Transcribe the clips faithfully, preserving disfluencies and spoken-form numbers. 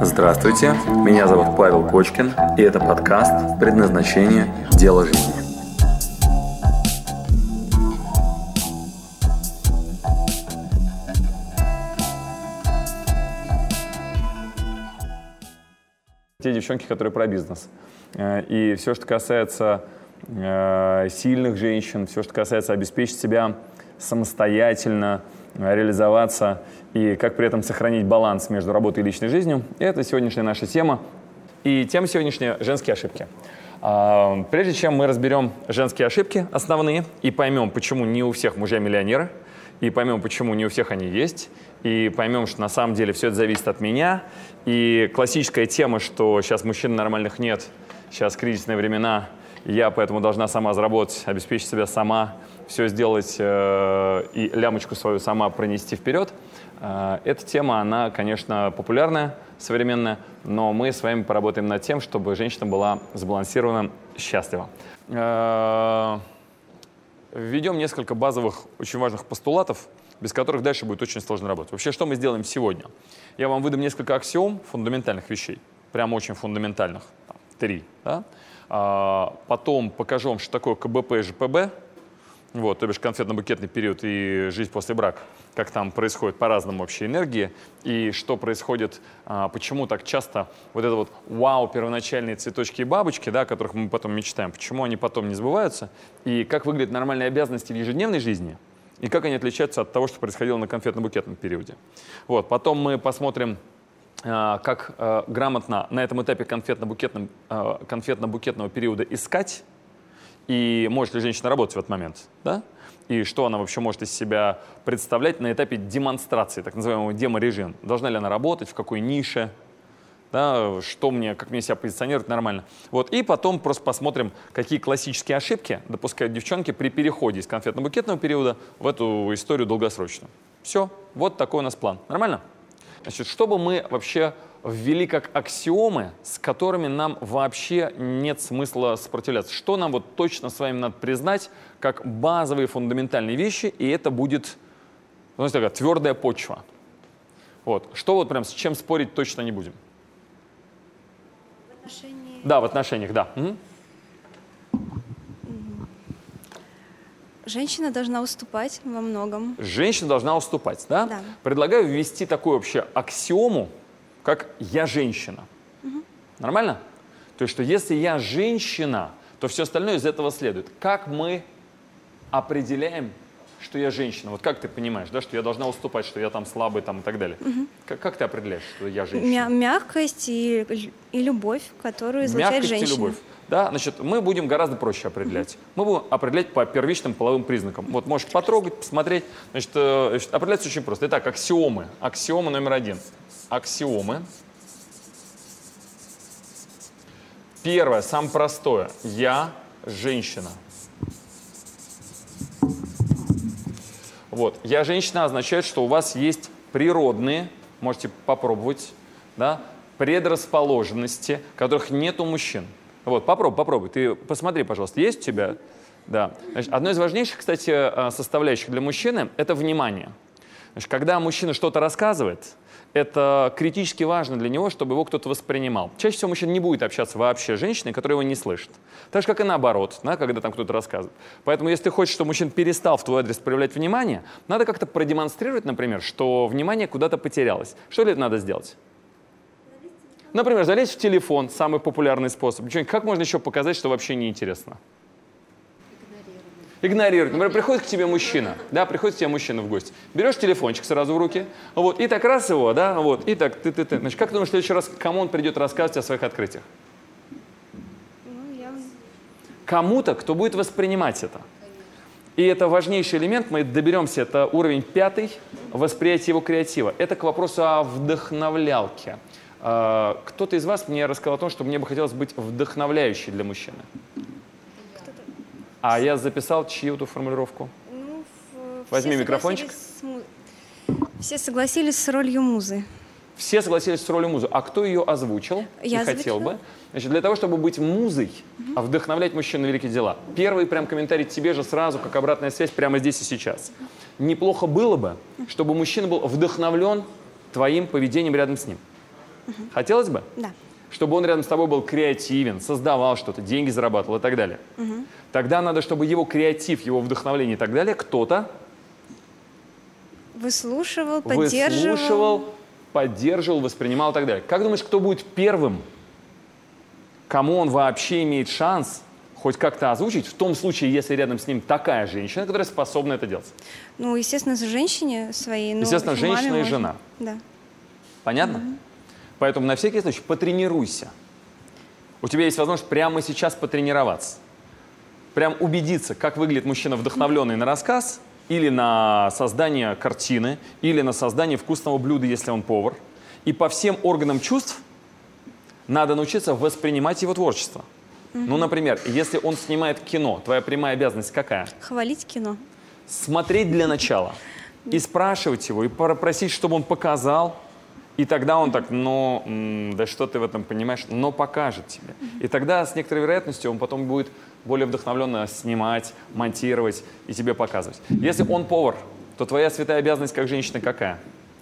Здравствуйте, меня зовут Павел Кочкин, и это подкаст «Предназначение. Дело жизни». Те девчонки, которые про бизнес. И все, что касается сильных женщин, все, что касается обеспечить себя самостоятельно, реализоваться и как при этом сохранить баланс между работой и личной жизнью, это сегодняшняя наша тема. И тема сегодняшняя – женские ошибки. Прежде чем мы разберем женские ошибки основные и поймем, почему не у всех мужья миллионеры, и поймем, почему не у всех они есть, и поймем, что на самом деле все это зависит от меня. И классическая тема, что сейчас мужчин нормальных нет, сейчас кризисные времена, я поэтому должна сама заработать, обеспечить себя сама, все сделать э, и лямочку свою сама пронести вперед. Э, эта тема, она, конечно, популярная, современная, но мы с вами поработаем над тем, чтобы женщина была сбалансирована, счастлива. Э, введем несколько базовых, очень важных постулатов, без которых дальше будет очень сложно работать. Вообще, что мы сделаем сегодня? Я вам выдам несколько аксиом фундаментальных вещей, прям очень фундаментальных, там, три. Да? А, потом покажу вам, что такое ка бэ пэ и жэ пэ бэ, вот, то бишь конфетно-букетный период и жизнь после брака, как там происходит по-разному вообще энергии, и что происходит, а, почему так часто вот это вот вау, первоначальные цветочки и бабочки, да, о которых мы потом мечтаем, почему они потом не сбываются, и как выглядят нормальные обязанности в ежедневной жизни, и как они отличаются от того, что происходило на конфетно-букетном периоде. Вот, потом мы посмотрим, а, как а, грамотно на этом этапе конфетно-букетном, а, конфетно-букетного периода искать, и может ли женщина работать в этот момент, да? И что она вообще может из себя представлять на этапе демонстрации, так называемого демо-режима. Должна ли она работать, в какой нише, да? Что мне, как мне себя позиционировать нормально. Вот. И потом просто посмотрим, какие классические ошибки допускают девчонки при переходе из конфетно-букетного периода в эту историю долгосрочную. Все, вот такой у нас план. Нормально? Значит, чтобы мы вообще ввели как аксиомы, с которыми нам вообще нет смысла сопротивляться. Что нам вот точно с вами надо признать как базовые фундаментальные вещи, и это будет, ну, такая твердая почва. Вот. Что вот прям с чем спорить точно не будем? В отношении... Да, в отношениях, да. Угу. Женщина должна уступать во многом. Женщина должна уступать, да? Да. Предлагаю ввести такую вообще аксиому, как «я женщина». Угу. Нормально? То есть, что если я женщина, то все остальное из этого следует. Как мы определяем, что я женщина? Вот как ты понимаешь, да, что я должна уступать, что я там слабый там, и так далее? Угу. Как, как ты определяешь, что я женщина? Мя- мягкость и, и любовь, которую излучает мягкость женщина. И любовь. Да, значит, мы будем гораздо проще определять. Угу. Мы будем определять по первичным половым признакам. Вот можешь потрогать, посмотреть. Значит, значит, определяться очень просто. Итак, аксиомы. Аксиома номер один. Аксиомы. Первое, самое простое. Я женщина. Вот. Я женщина означает, что у вас есть природные, можете попробовать, да, предрасположенности, которых нет у мужчин. Вот, попробуй, попробуй. Ты посмотри, пожалуйста, есть у тебя? Да. Значит, одно из важнейших, кстати, составляющих для мужчины – это внимание. Значит, когда мужчина что-то рассказывает, это критически важно для него, чтобы его кто-то воспринимал. Чаще всего мужчина не будет общаться вообще с женщиной, которая его не слышит. Так же, как и наоборот, да, когда там кто-то рассказывает. Поэтому, если ты хочешь, чтобы мужчина перестал в твой адрес проявлять внимание, надо как-то продемонстрировать, например, что внимание куда-то потерялось. Что для этого надо сделать? Например, залезть в телефон, самый популярный способ. Как можно еще показать, что вообще неинтересно? Игнорировать. Например, приходит к тебе мужчина, да, приходит к тебе мужчина в гости. Берешь телефончик сразу в руки, вот, и так раз его, да, вот, и так ты-ты-ты. Значит, как ты думаешь, в следующий раз кому он придет рассказывать о своих открытиях? Ну, я... Кому-то, кто будет воспринимать это. И это важнейший элемент, мы доберемся, это уровень пятый, восприятие его креатива. Это к вопросу о вдохновлялке. Кто-то из вас мне рассказал о том, что мне бы хотелось быть вдохновляющей для мужчины. А я записал чью-то формулировку? Ну, в... Возьми микрофончик. С... Все согласились с ролью музы. Все согласились с ролью музы. А кто ее озвучил? Я и хотел бы. Значит, для того, чтобы быть музой, угу. а вдохновлять мужчин на великие дела. Первый прям комментарий тебе же сразу, как обратная связь, прямо здесь и сейчас. Неплохо было бы, чтобы мужчина был вдохновлен твоим поведением рядом с ним. Угу. Хотелось бы? Да. Чтобы он рядом с тобой был креативен, создавал что-то, деньги зарабатывал и так далее. Угу. Тогда надо, чтобы его креатив, его вдохновление и так далее кто-то выслушивал, поддерживал. Выслушивал, поддерживал, воспринимал и так далее. Как думаешь, кто будет первым, кому он вообще имеет шанс хоть как-то озвучить, в том случае, если рядом с ним такая женщина, которая способна это делать? Ну, естественно, женщине своей. Ну, естественно, женщина и можно. жена. Да. Понятно? Mm-hmm. Поэтому на всякий случай потренируйся. У тебя есть возможность прямо сейчас потренироваться. Прям убедиться, как выглядит мужчина, вдохновленный на рассказ, или на создание картины, или на создание вкусного блюда, если он повар. И по всем органам чувств надо научиться воспринимать его творчество. Mm-hmm. Ну, например, если он снимает кино, твоя прямая обязанность какая? Хвалить кино. Смотреть для начала. И спрашивать его, и попросить, чтобы он показал. И тогда он так, ну, м, да что ты в этом понимаешь, но покажет тебе. Mm-hmm. И тогда с некоторой вероятностью он потом будет более вдохновленно снимать, монтировать и тебе показывать. Если он повар, то твоя святая обязанность как женщина какая?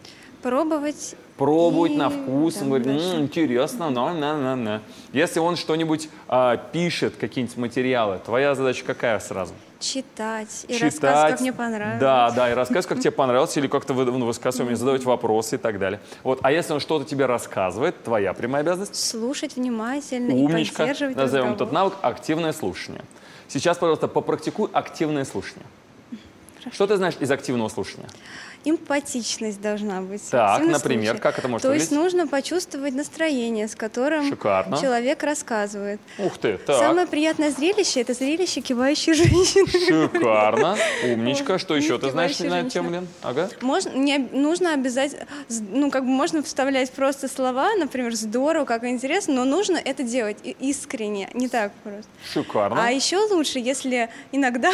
Пробовать. Пробовать и... на вкус, да, он говорит, м-м, интересно, на, на, на, на. Если он что-нибудь а, пишет, какие-нибудь материалы, твоя задача какая сразу? Читать. И Читать, рассказывать, как мне понравилось. Да, да, и рассказывать, как тебе понравилось, или как-то ну, высказывать, задавать вопросы и так далее. Вот. А если он что-то тебе рассказывает, твоя прямая обязанность? Слушать внимательно. Умничка. И поддерживать Назовем разговор. этот навык активное слушание. Сейчас, пожалуйста, попрактикуй активное слушание. Хорошо. Что ты знаешь из активного слушания? Эмпатичность должна быть. Так, например, случае. Как это может То выглядеть? есть нужно почувствовать настроение, с которым Шикарно. человек рассказывает. Ух ты, так. Самое приятное зрелище – это зрелище кивающей женщины. Шикарно. Умничка. Что еще ты знаешь Кивающая на эту тему, Лен? Ага. Можно, не, нужно обязательно, ну, как бы можно вставлять просто слова, например, здорово, как интересно, но нужно это делать искренне, не так просто. Шикарно. А еще лучше, если иногда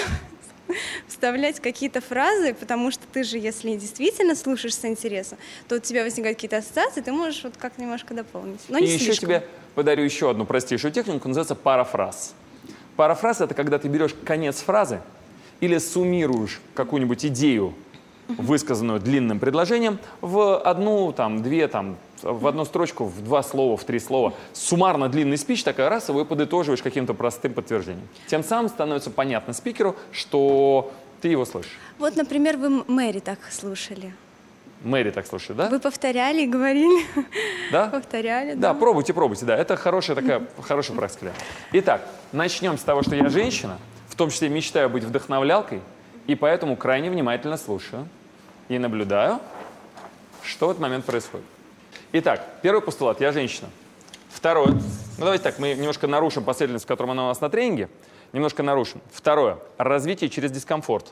вставлять какие-то фразы, потому что ты же, если действительно слушаешь с интересом, то у тебя возникают какие-то ассоциации, ты можешь вот как немножко дополнить. Но не И еще слишком. тебе подарю еще одну простейшую технику, называется парафраз. Парафраз – это когда ты берешь конец фразы или суммируешь какую-нибудь идею, высказанную длинным предложением, в одну, там, две, там, в одну строчку, в два слова, в три слова. Суммарно длинный спич, такая раз, его подытоживаешь каким-то простым подтверждением. Тем самым становится понятно спикеру, что ты его слышишь. Вот, например, вы Мэри так слушали. Мэри так слушает, да? Вы повторяли и говорили. Да? Повторяли, да. Да, пробуйте, пробуйте, да. Это хорошая такая, хорошая практика. Итак, начнем с того, что я женщина, в том числе мечтаю быть вдохновлялкой, и поэтому крайне внимательно слушаю и наблюдаю, что в этот момент происходит. Итак, первый постулат – я женщина. Второе. Ну, давайте так, мы немножко нарушим последовательность, в которой она у нас на тренинге. Немножко нарушим. Второе. Развитие через дискомфорт.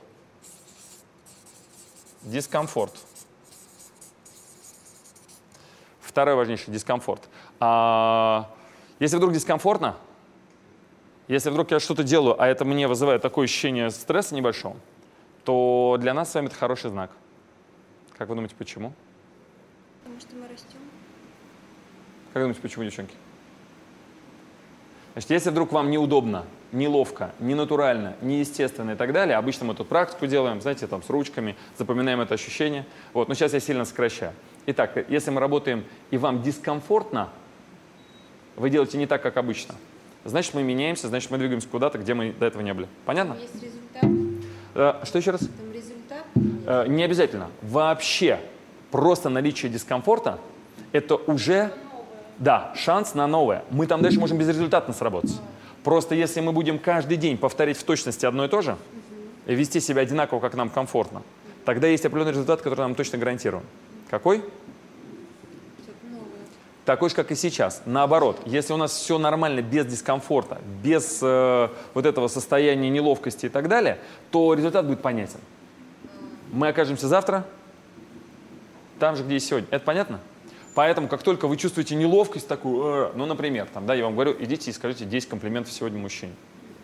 Дискомфорт. Второй важнейший – дискомфорт. А, если вдруг дискомфортно, если вдруг я что-то делаю, а это мне вызывает такое ощущение стресса небольшого, то для нас с вами это хороший знак. Как вы думаете, почему? Потому что мы растем. Как думаете, почему, девчонки? Значит, если вдруг вам неудобно, неловко, ненатурально, неестественно и так далее, обычно мы тут практику делаем, знаете, там с ручками, запоминаем это ощущение. Вот, но сейчас я сильно сокращаю. Итак, если мы работаем и вам дискомфортно, вы делаете не так, как обычно, значит, мы меняемся, значит, мы двигаемся куда-то, где мы до этого не были. Понятно? Есть результат? Э, что еще раз? Там результат? Э, не обязательно. Вообще, просто наличие дискомфорта – это уже… Да, шанс на новое. Мы там дальше можем безрезультатно сработать. Просто если мы будем каждый день повторять в точности одно и то же, и вести себя одинаково, как нам комфортно, тогда есть определенный результат, который нам точно гарантирован. Какой? Такой же, как и сейчас. Наоборот, если у нас все нормально, без дискомфорта, без э, вот этого состояния неловкости и так далее, то результат будет понятен. Мы окажемся завтра там же, где и сегодня. Это понятно? Поэтому, как только вы чувствуете неловкость такую, э, ну, например, там, да, я вам говорю, идите и скажите десять комплиментов сегодня мужчине.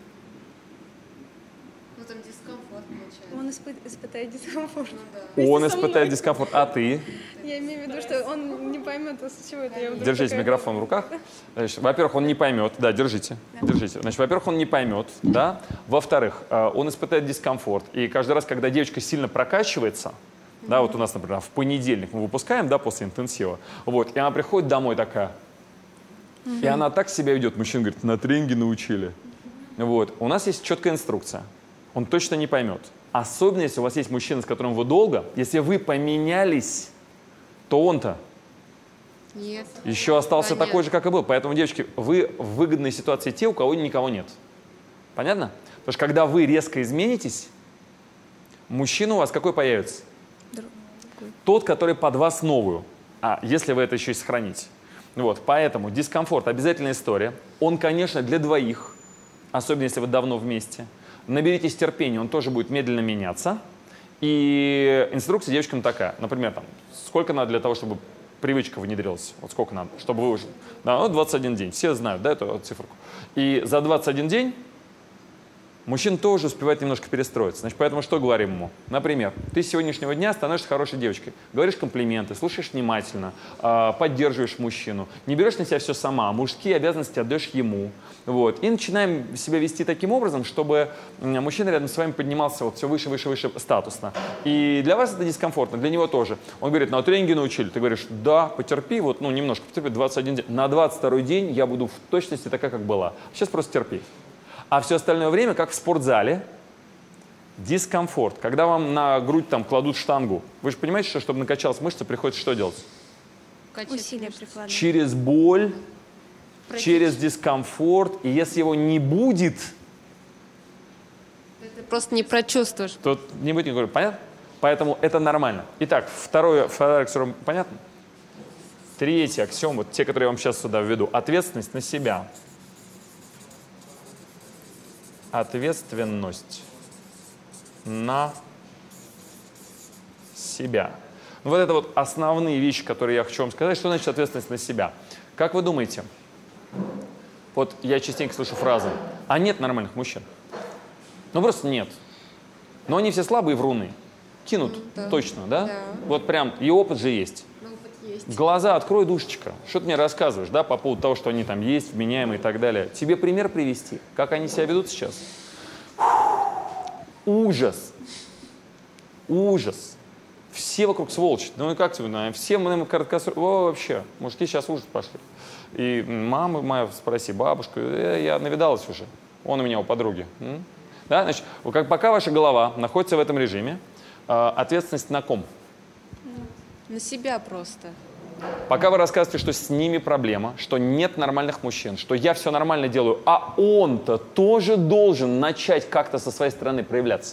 Ну, там дискомфорт получается. Он испы- испытает дискомфорт. Ну, да. Он испытает дискомфорт, а ты? Я имею в виду, что он не поймет, с чего это я вдруг Держите такая... микрофон в руках. Значит, во-первых, он не поймет. Да, держите. Держите. Значит, во-первых, он не поймет. Да? Во-вторых, э, он испытает дискомфорт. И каждый раз, когда девочка сильно прокачивается, Да, вот у нас, например, в понедельник мы выпускаем, да, после интенсива. Вот, и она приходит домой такая. И она так себя ведет. Мужчина говорит, на тренинге научили. Вот, у нас есть четкая инструкция. Он точно не поймет. Особенно, если у вас есть мужчина, с которым вы долго, если вы поменялись, то он-то Нет. еще остался Понятно. такой же, как и был. Поэтому, девочки, вы в выгодной ситуации те, у кого никого нет. Понятно? Потому что когда вы резко изменитесь, мужчина у вас какой появится? Тот, который под вас новую. А если вы это еще и сохраните. Вот, поэтому дискомфорт – обязательная история. Он, конечно, для двоих, особенно если вы давно вместе. Наберитесь терпения, он тоже будет медленно меняться. И инструкция девочкам такая. Например, там, сколько надо для того, чтобы привычка внедрилась? Вот сколько надо, чтобы вы уже… Да, ну, двадцать один день. Все знают, да, эту циферку. И за двадцать один день мужчина тоже успевает немножко перестроиться. Значит, поэтому что говорим ему? Например, ты с сегодняшнего дня становишься хорошей девочкой. Говоришь комплименты, слушаешь внимательно, поддерживаешь мужчину. Не берешь на себя все сама, мужские обязанности отдаешь ему. Вот. И начинаем себя вести таким образом, чтобы мужчина рядом с вами поднимался вот все выше, выше, выше статусно. И для вас это дискомфортно, для него тоже. Он говорит, на тренинге научили. Ты говоришь, да, потерпи, вот, ну, немножко потерпи, двадцать один день. На двадцать второй день я буду в точности такая, как была. Сейчас просто терпи. А все остальное время, как в спортзале, дискомфорт. Когда вам на грудь там кладут штангу, вы же понимаете, что чтобы накачалась мышца, приходится что делать? Качать Усилия мышцы. прикладывать. Через боль, Пройти. через дискомфорт. И если его не будет, Ты просто не прочувствуешь. то не будет никакого. Понятно? Поэтому это нормально. Итак, второе, вторая аксиома, понятно? Третий аксиом, вот те, которые я вам сейчас сюда введу. Ответственность на себя. Ответственность на себя. Ну, вот это вот основные вещи, которые я хочу вам сказать. Что значит ответственность на себя? Как вы думаете? Вот я частенько слышу фразу, а нет нормальных мужчин. Ну просто нет. Но они все слабые вруны. Кинут, Ну, да. точно, да? Да. Вот прям, и опыт же есть. Ну, опыт есть. Глаза открой, душечка. Что ты мне рассказываешь, да, по поводу того, что они там есть, вменяемые и так далее. Тебе пример привести, как они себя ведут сейчас? Ужас. Ужас. Все вокруг сволочи. Ну и как тебе, ну, все мы короткосрочные. Вообще, мужики сейчас ужас пошли. И мама моя, спроси, бабушка, э, я навидалась уже. Он у меня у подруги. М? Да, значит, как, пока ваша голова находится в этом режиме, э, ответственность на ком? На себя просто. Пока вы рассказываете, что с ними проблема, что нет нормальных мужчин, что я все нормально делаю, а он-то тоже должен начать как-то со своей стороны проявляться.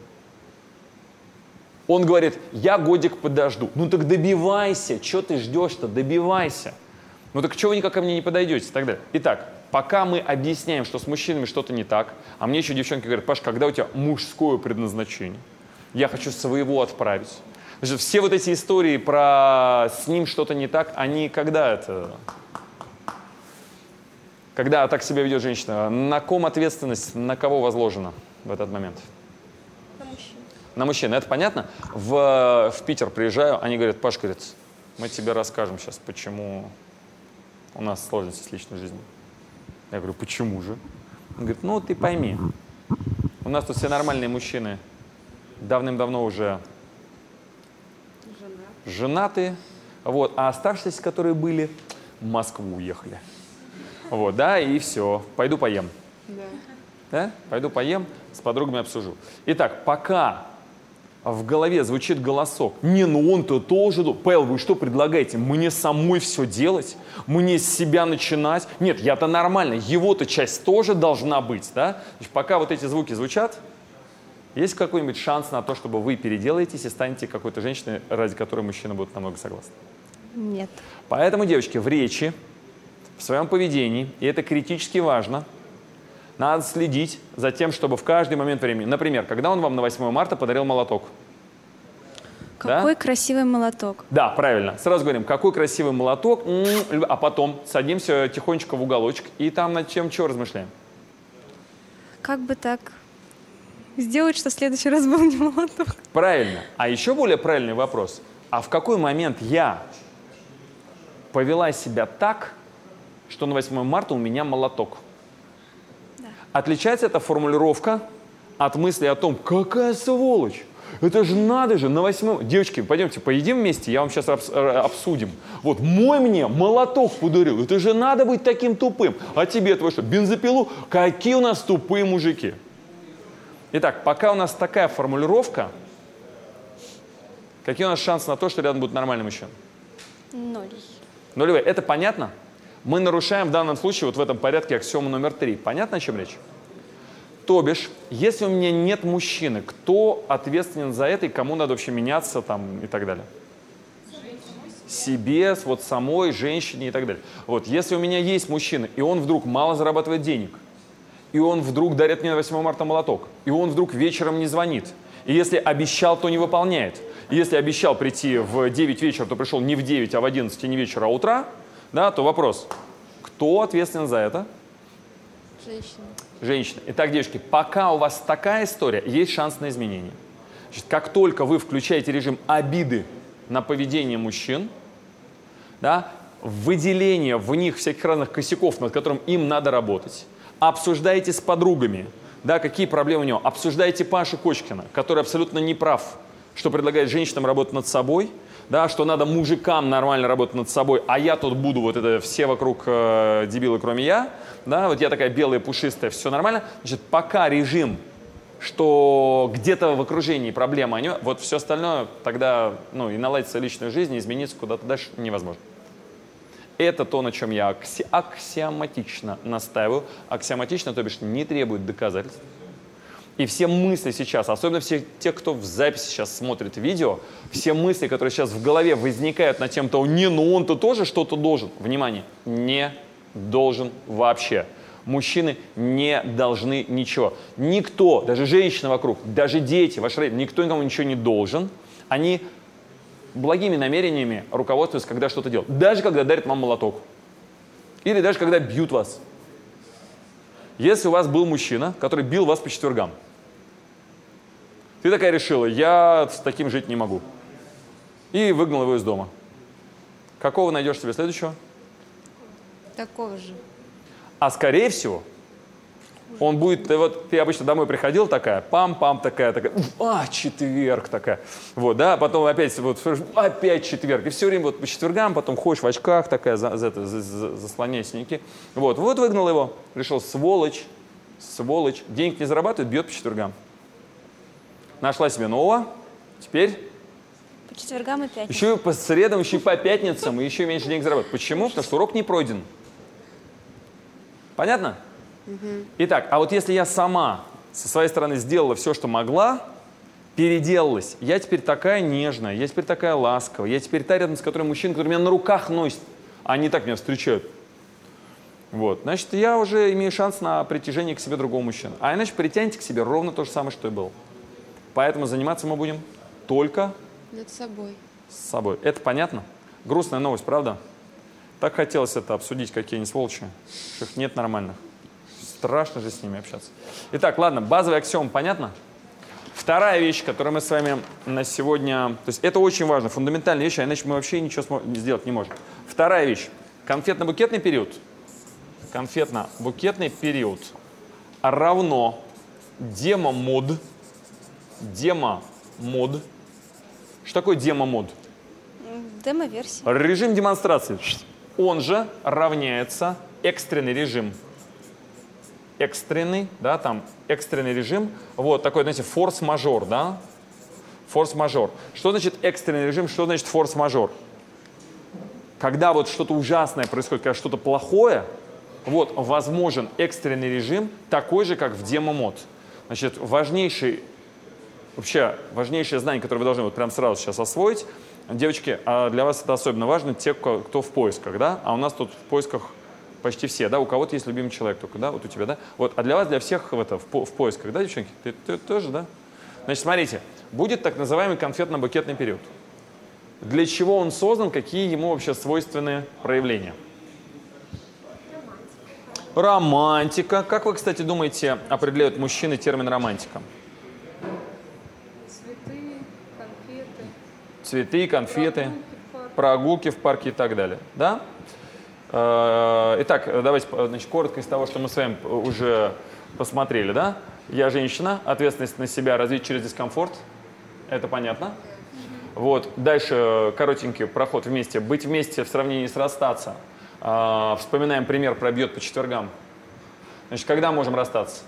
Он говорит, я годик подожду. Ну так добивайся, что ты ждешь-то, добивайся. Ну так чего вы никак ко мне не подойдете и так далее. Итак, пока мы объясняем, что с мужчинами что-то не так, а мне еще девчонки говорят, Паш, когда у тебя мужское предназначение? Я хочу своего отправить. Значит, все вот эти истории про с ним что-то не так, они когда это... Когда так себя ведет женщина, на ком ответственность, на кого возложена в этот момент? На мужчин. На мужчин. Это понятно? В, в Питер приезжаю, они говорят, Паш, говорит, мы тебе расскажем сейчас, почему у нас сложности с личной жизнью. Я говорю, почему же? Он говорит, ну ты пойми, у нас тут все нормальные мужчины давным-давно уже Жена. женаты, вот, а оставшиеся, которые были, в Москву уехали. Вот, да, и все, пойду поем. Да. Да? Пойду поем, с подругами обсужу. Итак, пока в голове звучит голосок, не, ну он-то тоже, Павел, вы что предлагаете, мне самой все делать, мне с себя начинать? Нет, я-то нормально, его-то часть тоже должна быть, да? Значит, пока вот эти звуки звучат, есть какой-нибудь шанс на то, чтобы вы переделаетесь и станете какой-то женщиной, ради которой мужчины будут намного согласны? Нет. Поэтому, девочки, в речи, в своем поведении, и это критически важно, надо следить за тем, чтобы в каждый момент времени, например, когда он вам на восьмое марта подарил молоток. Какой Да? красивый молоток. Да, правильно. Сразу говорим, какой красивый молоток, м-м, а потом садимся тихонечко в уголочек и там над чем чего размышляем. Как бы так сделать, что в следующий раз был не молоток? Правильно. А еще более правильный вопрос. А в какой момент я повела себя так, что на восьмое марта у меня молоток? Да. Отличается эта формулировка от мысли о том, какая сволочь, Это же надо же, на восьмом... Девочки, пойдемте поедим вместе, я вам сейчас обс... обсудим. Вот, мой мне молоток подарил. Это же надо быть таким тупым. А тебе твой что, бензопилу? Какие у нас тупые мужики. Итак, пока у нас такая формулировка, какие у нас шансы на то, что рядом будет нормальный мужчина? Ноль. Нулевые. Это понятно? Мы нарушаем в данном случае вот в этом порядке аксиому номер три. Понятно, о чем речь? То бишь, если у меня нет мужчины, кто ответственен за это и кому надо вообще меняться там и так далее? Себе, вот самой, женщине и так далее. Вот, если у меня есть мужчина, и он вдруг мало зарабатывает денег, и он вдруг дарит мне на восьмое марта молоток, и он вдруг вечером не звонит, и если обещал, то не выполняет, и если обещал прийти в девять вечера, то пришел не в девять, а в одиннадцать, и не вечера, а утра, да, то вопрос, кто ответственен за это? Женщина. Женщина. Итак, девочки, пока у вас такая история, есть шанс на изменение. Значит, как только вы включаете режим обиды на поведение мужчин, да, выделение в них всяких разных косяков, над которым им надо работать, обсуждайте с подругами, да, какие проблемы у него, обсуждайте Пашу Кочкина, который абсолютно не прав, что предлагает женщинам работать над собой, да, что надо мужикам нормально работать над собой, а я тут буду, вот это все вокруг э, дебилы, кроме я, да, вот я такая белая, пушистая, все нормально. Значит, пока режим, что где-то в окружении проблема, они, вот все остальное тогда, ну, и наладиться личную жизнь, и измениться куда-то дальше невозможно. Это то, на чем я акси аксиоматично настаиваю. Аксиоматично, то бишь, не требует доказательств. И все мысли сейчас, особенно все те, кто в записи сейчас смотрит видео, все мысли, которые сейчас в голове возникают на тем, что не, ну он-то тоже что-то должен. Внимание, не должен вообще. Мужчины не должны ничего. Никто, даже женщины вокруг, даже дети, ваши родители, никто никому ничего не должен. Они благими намерениями руководствуются, когда что-то делают. Даже когда дарят вам молоток. Или даже когда бьют вас. Если у вас был мужчина, который бил вас по четвергам, ты такая решила, я с таким жить не могу. И выгнал его из дома. Какого найдешь себе следующего? Такого же. А скорее всего, он будет, вот ты обычно домой приходил такая, пам-пам такая, такая, а, четверг такая. Вот, да, потом опять, вот, опять четверг. И все время вот по четвергам, потом ходишь в очках такая, за, за, за, за, заслоняя синяки. Вот, вот выгнал его, решил, сволочь, сволочь, денег не зарабатывает, бьет по четвергам. Нашла себе нового, теперь... По четвергам и пятницам. Еще и по средам, еще и по пятницам, и еще меньше денег зарабатывает. Почему? Потому что урок не пройден. Понятно? Угу. Итак, а вот если я сама со своей стороны сделала все, что могла, переделалась, я теперь такая нежная, я теперь такая ласковая, я теперь та, рядом с которой мужчина, который меня на руках носит, а не так меня встречают. Вот, значит, я уже имею шанс на притяжение к себе другого мужчины. А иначе притянете к себе ровно то же самое, что и было. Поэтому заниматься мы будем только над собой. С собой. Это понятно? Грустная новость, правда? Так хотелось это обсудить, какие они сволочи. Что их нет нормальных. Страшно же с ними общаться. Итак, ладно, базовый аксиом понятно? Вторая вещь, которую мы с вами на сегодня... То есть это очень важно, фундаментальная вещь, а иначе мы вообще ничего сделать не можем. Вторая вещь. Конфетно-букетный период. Конфетно-букетный период равно демо-мод. Демо-мод. Что такое демо-мод? Демо-версия. Режим демонстрации. Он же равняется экстренный режим. Экстренный, да, там экстренный режим. Вот такой, знаете, форс-мажор, да? Форс-мажор. Что значит экстренный режим, что значит форс-мажор? Когда вот что-то ужасное происходит, когда что-то плохое, вот возможен экстренный режим такой же, как в демо-мод. Значит, важнейший, вообще важнейшее знание, которое вы должны вот прямо сразу сейчас освоить. Девочки, а для вас это особенно важно, те, кто в поисках, да? А у нас тут в поисках почти все, да? У кого-то есть любимый человек только, да? Вот у тебя, да? Вот, а для вас, для всех в, это, в, по, в поисках, да, девчонки? Ты, ты тоже, да? Значит, смотрите, будет так называемый конфетно-букетный период. Для чего он создан, какие ему вообще свойственны проявления? Романтика. Как вы, кстати, думаете, определяют мужчины термин романтика? Цветы, конфеты, прогулки в парке и так далее. Да? Итак, давайте, значит, коротко из того, что мы с вами уже посмотрели. Да? Я женщина, ответственность на себя развить через дискомфорт. Это понятно? Вот. Дальше коротенький проход вместе. Быть вместе в сравнении с расстаться. А, вспоминаем пример про бьет по четвергам. Значит, когда можем расстаться?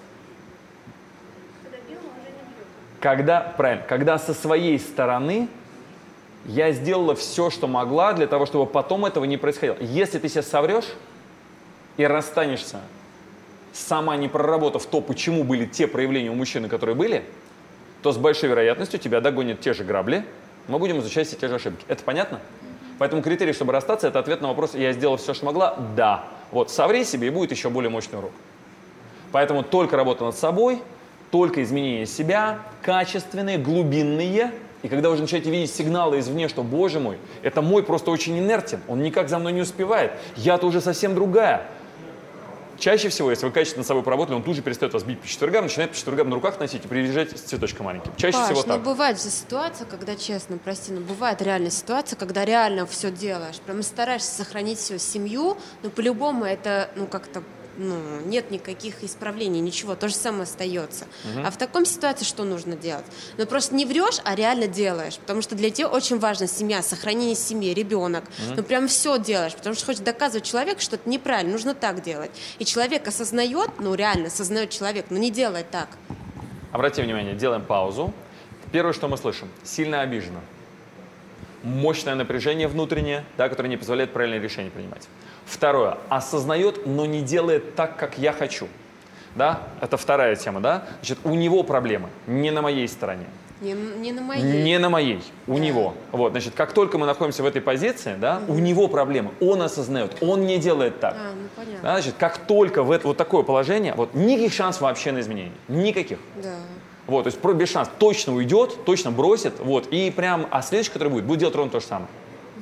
Когда, правильно, когда со своей стороны я сделала все, что могла, для того, чтобы потом этого не происходило. Если ты сейчас соврешь и расстанешься, сама не проработав то, почему были те проявления у мужчины, которые были, то с большой вероятностью тебя догонят те же грабли, мы будем изучать все те же ошибки. Это понятно? Поэтому критерий, чтобы расстаться, это ответ на вопрос, я сделала все, что могла? Да. Вот, соври себе, и будет еще более мощный урок. Поэтому только работа над собой, только изменение себя, качественные, глубинные. И когда вы начинаете видеть сигналы извне, что, боже мой, это мой просто очень инертен, он никак за мной не успевает, я-то уже совсем другая. Чаще всего, если вы качественно над собой поработали, он тут же перестает вас бить по четвергам, начинает по четвергам на руках носить и приезжать с цветочком маленьким. Чаще Паш, всего ну так. бывает же ситуация, когда, честно, прости, но бывает реальная ситуация, когда реально все делаешь, прям стараешься сохранить всю семью, но по-любому это, ну, как-то, ну, нет никаких исправлений, ничего, то же самое остается. Угу. А в таком ситуации что нужно делать? Ну, просто не врешь, а реально делаешь, потому что для тебя очень важна семья, сохранение семьи, ребенок. Угу. Ну, прям все делаешь, потому что хочешь доказывать человеку, что это неправильно, нужно так делать. И человек осознает, ну, реально осознает человек, но не делает так. Обратите внимание, делаем паузу. Первое, что мы слышим, сильно обижена. Мощное напряжение внутреннее, да, которое не позволяет правильные решения принимать. Второе, осознает, но не делает так, как я хочу. Да? Это вторая тема, да? Значит, у него проблемы, не на моей стороне. Не, не на моей. Не на моей, у да. него. Вот, значит, как только мы находимся в этой позиции, да, угу. у него проблемы, он осознает, он не делает так. А, ну, понятно. Да, значит, как только в это, вот такое положение, вот никаких шансов вообще на изменения, никаких. Да. Вот, то есть про без шансов точно уйдет, точно бросит, вот, и прям, а следующий, который будет, будет делать ровно то же самое.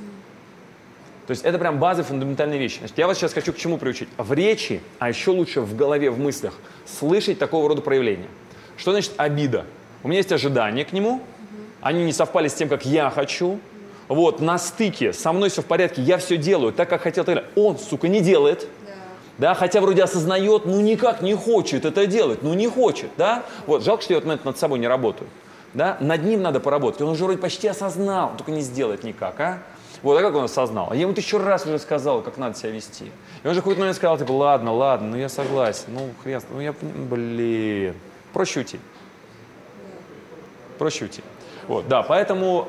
То есть это прям базовые фундаментальные вещи. Значит, я вас сейчас хочу к чему приучить? В речи, а еще лучше в голове, в мыслях, слышать такого рода проявления. Что значит обида? У меня есть ожидания к нему, они не совпали с тем, как я хочу. Вот, на стыке, со мной все в порядке, я все делаю так, как хотел. Он, сука, не делает. Да, хотя вроде осознает, ну никак не хочет это делать, ну не хочет, да. Вот, жалко, что я вот над собой не работаю. Да? Над ним надо поработать. Он уже вроде почти осознал, только не сделает никак, а? Вот, а как он осознал? А я ему тысячу раз уже сказал, как надо себя вести. И он же в какой-то момент сказал, типа, ладно, ладно, ну я согласен, ну хрен, ну я, блин, проще уйти. Проще уйти. Вот, да, поэтому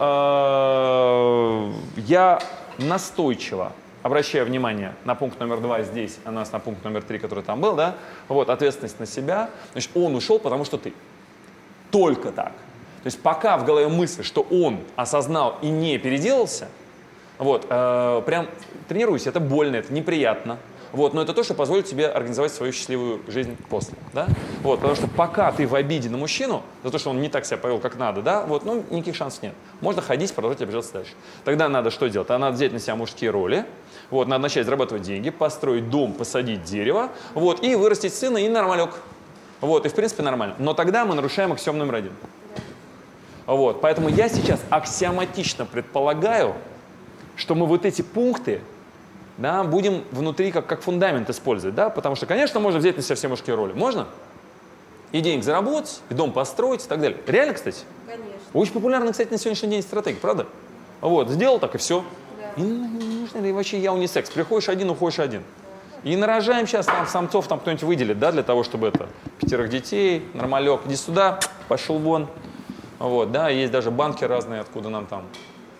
э, я настойчиво обращаю внимание на пункт номер два здесь, а нас на пункт номер три, который там был, да, вот, ответственность на себя. Значит, он ушел, потому что ты. Только так. То есть пока в голове мысль, что он осознал и не переделался, вот, э, прям тренируйся, это больно, это неприятно. Вот, но это то, что позволит тебе организовать свою счастливую жизнь после. Да? Вот, потому что пока ты в обиде на мужчину, за то, что он не так себя повел, как надо, да, вот, ну, никаких шансов нет. Можно ходить, продолжать обижаться дальше. Тогда надо что делать? Тогда надо взять на себя мужские роли, вот, надо начать зарабатывать деньги, построить дом, посадить дерево, вот, и вырастить сына, и нормалек. Вот, и в принципе нормально. Но тогда мы нарушаем аксиом номер один. Вот, поэтому я сейчас аксиоматично предполагаю, что мы вот эти пункты, да, будем внутри как, как фундамент использовать, да, потому что, конечно, можно взять на себя все мужские роли. Можно? И денег заработать, и дом построить, и так далее. Реально, кстати? Конечно. Очень популярна, кстати, на сегодняшний день стратегия, правда? Вот, сделал так, и все. Да. И не нужно, и вообще я унисекс. Приходишь один, уходишь один. Да. И нарожаем сейчас, там самцов там кто-нибудь выделит, да, для того, чтобы это, пятерых детей, нормалек, иди сюда, пошел вон. Вот, да, есть даже банки разные, откуда нам там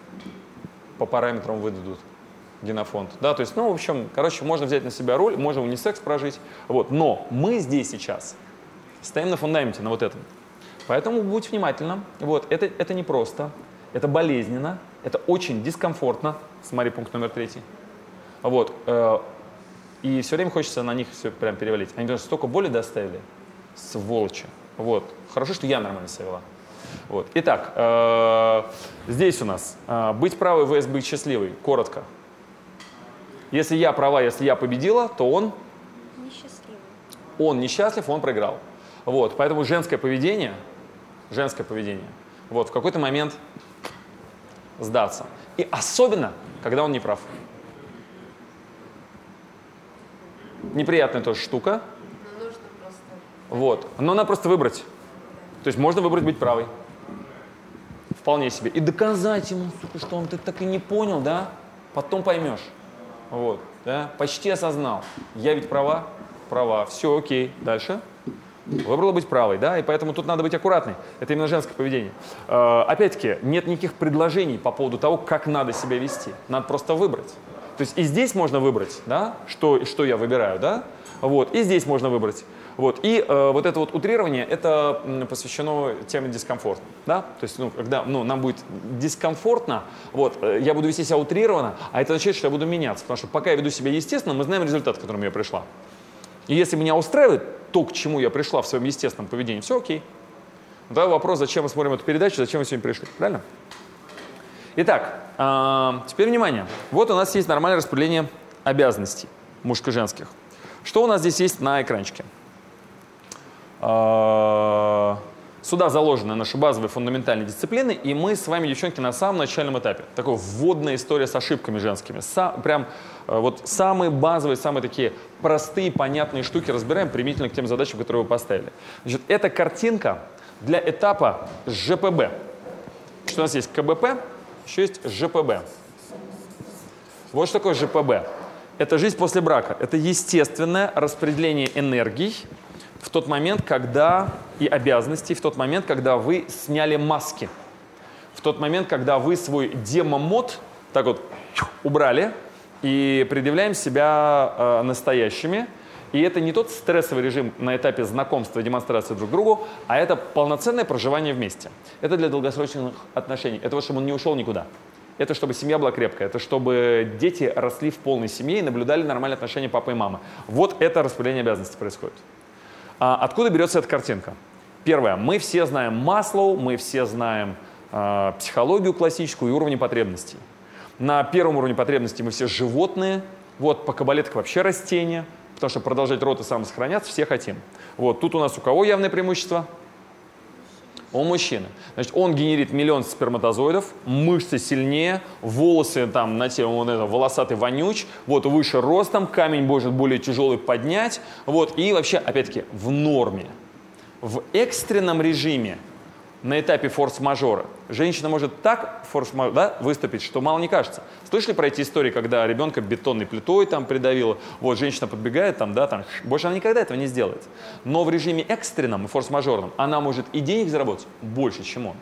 по параметрам выдадут генофонд. Да, то есть, ну, в общем, короче, можно взять на себя роль, можно унисекс прожить. Вот, но мы здесь сейчас стоим на фундаменте, на вот этом. Поэтому будь внимательным. Вот, это, это непросто, это болезненно, это очень дискомфортно. Смотри, пункт номер третий. Вот, э, и все время хочется на них все прям перевалить. Они даже столько боли доставили, сволочи. Вот, хорошо, что я нормально себя вела. Вот. Итак, э, здесь у нас э, быть правой vs быть счастливой. Коротко. Если я права, если я победила, то он несчастливый. Он несчастлив, он проиграл. Вот. Поэтому женское поведение, женское поведение, вот, в какой-то момент сдаться. И особенно, когда он не прав. Неприятная тоже штука. Но нужно просто... Вот. Но надо просто выбрать. То есть можно выбрать быть правой. вполне себе. И доказать ему, сука, что он ты так и не понял, да? Потом поймешь. Вот, да? Почти осознал. Я ведь права? Права. Все, окей. Дальше. Выбрала быть правой, да, и поэтому тут надо быть аккуратной. Это именно женское поведение. Э, опять-таки, нет никаких предложений по поводу того, как надо себя вести. Надо просто выбрать. То есть и здесь можно выбрать, да, что, что я выбираю, да, вот, и здесь можно выбрать. Вот, и э, вот это вот утрирование, это посвящено теме дискомфорта, да, то есть, ну, когда, ну, нам будет дискомфортно, вот, э, я буду вести себя утрированно, а это означает, что я буду меняться, потому что пока я веду себя естественно, мы знаем результат, к которому я пришла. И если меня устраивает то, к чему я пришла в своем естественном поведении, все окей. Тогда вопрос, зачем мы смотрим эту передачу, зачем мы сегодня пришли, правильно? Итак, э, теперь внимание. Вот у нас есть нормальное распределение обязанностей мужско-женских. Что у нас здесь есть на экранчике? Э, сюда заложены наши базовые фундаментальные дисциплины, и мы с вами, девчонки, на самом начальном этапе. Такая вводная история с ошибками женскими. Са, прям э, вот самые базовые, самые такие простые, понятные штуки разбираем применительно к тем задачам, которые вы поставили. Значит, это картинка для этапа ЖПБ. Что у нас есть? КБП, еще есть ЖПБ. Вот что такое ЖПБ. Это жизнь после брака. Это естественное распределение энергий в тот момент, когда и обязанностей, в тот момент, когда вы сняли маски. В тот момент, когда вы свой демомод так вот убрали и предъявляем себя э, настоящими. И это не тот стрессовый режим на этапе знакомства и демонстрации друг другу, а это полноценное проживание вместе. Это для долгосрочных отношений. Это вот, чтобы он не ушел никуда. Это чтобы семья была крепкая. Это чтобы дети росли в полной семье и наблюдали нормальные отношения папы и мамы. Вот это распределение обязанностей происходит. А откуда берется эта картинка? Первое. Мы все знаем Маслоу, мы все знаем э, психологию классическую и уровни потребностей. На первом уровне потребностей мы все животные. Вот по кабале так вообще растения. Потому что продолжать род и самосохраняться все хотим. Вот тут у нас у кого явное преимущество? У мужчины. Значит, он генерит миллион сперматозоидов, мышцы сильнее, волосы там на теле, он это, волосатый вонюч, вот выше ростом, камень может более тяжелый поднять, вот, и вообще, опять-таки, в норме. В экстренном режиме на этапе форс-мажора женщина может так форс да, выступить, что мало не кажется. Слышали про эти истории, когда ребенка бетонной плитой там придавило, вот женщина подбегает, там, да, там, больше она никогда этого не сделает. Но в режиме экстренном и форс-мажорном она может и денег заработать больше, чем он,